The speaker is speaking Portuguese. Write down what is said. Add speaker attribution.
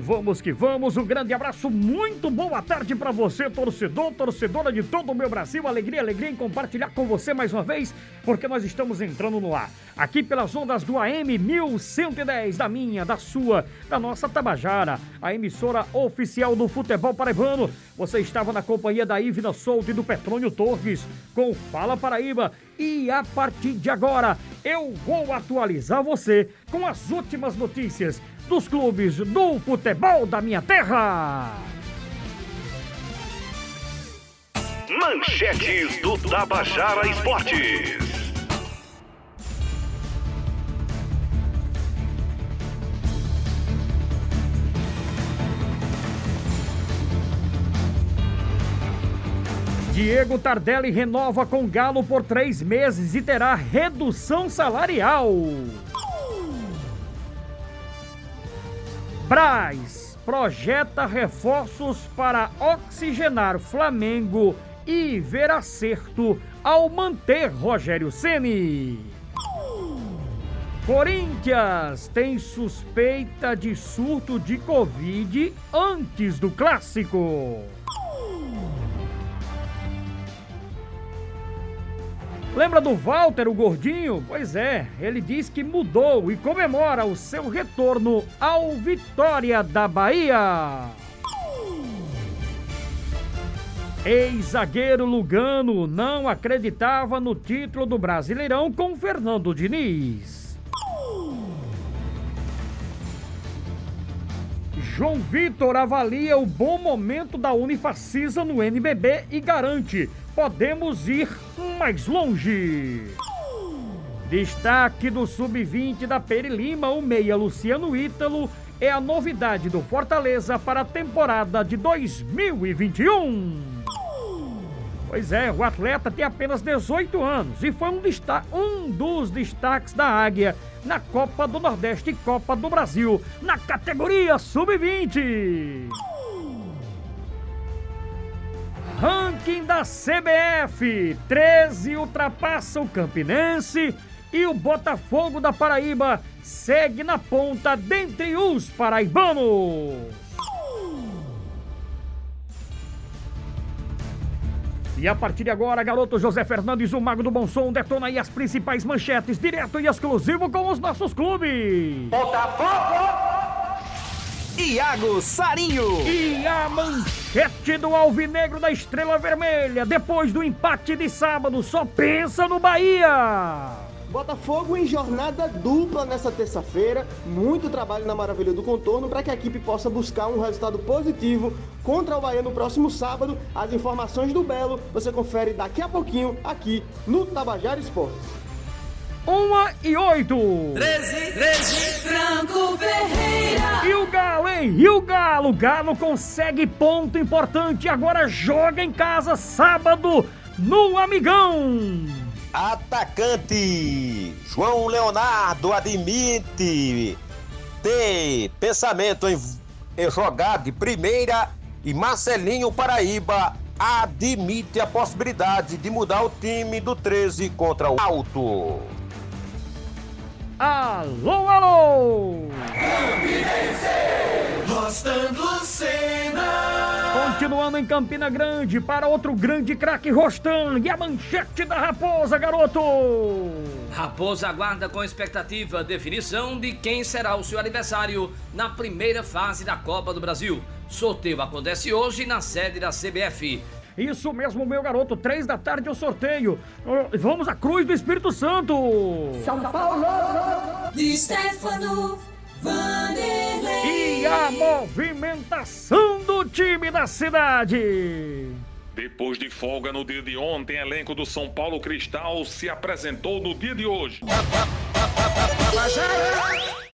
Speaker 1: que vamos. Um grande abraço, muito boa tarde pra você, torcedor, torcedora de todo o meu Brasil. Alegria em compartilhar com você mais uma vez, porque nós estamos entrando no ar. Aqui pelas ondas do AM 1110, da minha, da sua, da nossa Tabajara, a emissora oficial do futebol paraibano. Você estava na companhia da Ivna Souto e do Petrônio Torres com Fala Paraíba. E a partir de agora, eu vou atualizar você com as últimas notícias dos clubes do futebol da minha terra.
Speaker 2: Manchetes do Tabajara Esportes.
Speaker 1: Diego Tardelli renova com o Galo por 3 meses e terá redução salarial. Braz projeta reforços para oxigenar Flamengo e ver acerto ao manter Rogério Ceni. Corinthians tem suspeita de surto de Covid antes do clássico. Lembra do Walter, o gordinho? Pois é, ele diz que mudou e comemora o seu retorno ao Vitória da Bahia. Ex-zagueiro Lugano não acreditava no título do Brasileirão com Fernando Diniz. João Vitor avalia o bom momento da Unifacisa no NBB e garante: podemos ir mais longe. Destaque do Sub-20 da Peri Lima, o meia Luciano Ítalo é a novidade do Fortaleza para a temporada de 2021. Pois é, o atleta tem apenas 18 anos e foi um dos destaques da Águia na Copa do Nordeste e Copa do Brasil, na categoria Sub-20. Ranking da CBF, 13 ultrapassa o Campinense e o Botafogo da Paraíba segue na ponta dentre os paraibanos. E a partir de agora, garoto José Fernandes, o Mago do Bom Som, detona aí as principais manchetes, direto e exclusivo com os nossos clubes.
Speaker 3: Botafogo! Iago Sarinho.
Speaker 1: E a manchete do Alvinegro da Estrela Vermelha, depois do empate de sábado, só pensa no Bahia.
Speaker 4: Botafogo em jornada dupla nessa terça-feira, muito trabalho na Maravilha do Contorno para que a equipe possa buscar um resultado positivo contra o Bahia no próximo sábado. As informações do Belo você confere daqui a pouquinho aqui no Tabajara Esportes.
Speaker 1: 1h08.
Speaker 5: 13, Franco Ferreira.
Speaker 1: E o Galo, hein? E o Galo? O Galo consegue ponto importante, agora joga em casa sábado no Amigão.
Speaker 6: Atacante João Leonardo admite ter pensamento em jogar de primeira e Marcelinho Paraíba admite a possibilidade de mudar o time do 13 contra o Alto.
Speaker 1: Alô, alô!
Speaker 5: Campinense, Rostando Cena.
Speaker 1: Continuando em Campina Grande, para outro grande craque Rostan, e a manchete da Raposa, garoto!
Speaker 7: Raposa aguarda com expectativa a definição de quem será o seu adversário na primeira fase da Copa do Brasil. Sorteio acontece hoje na sede da CBF.
Speaker 1: Isso mesmo, meu garoto, 3 da tarde o sorteio. Vamos à Cruz do Espírito Santo.
Speaker 4: São Paulo!
Speaker 5: De Stefano Vanderlei.
Speaker 1: E a movimentação do time da cidade.
Speaker 8: Depois de folga no dia de ontem, elenco do São Paulo Cristal se apresentou no dia de hoje.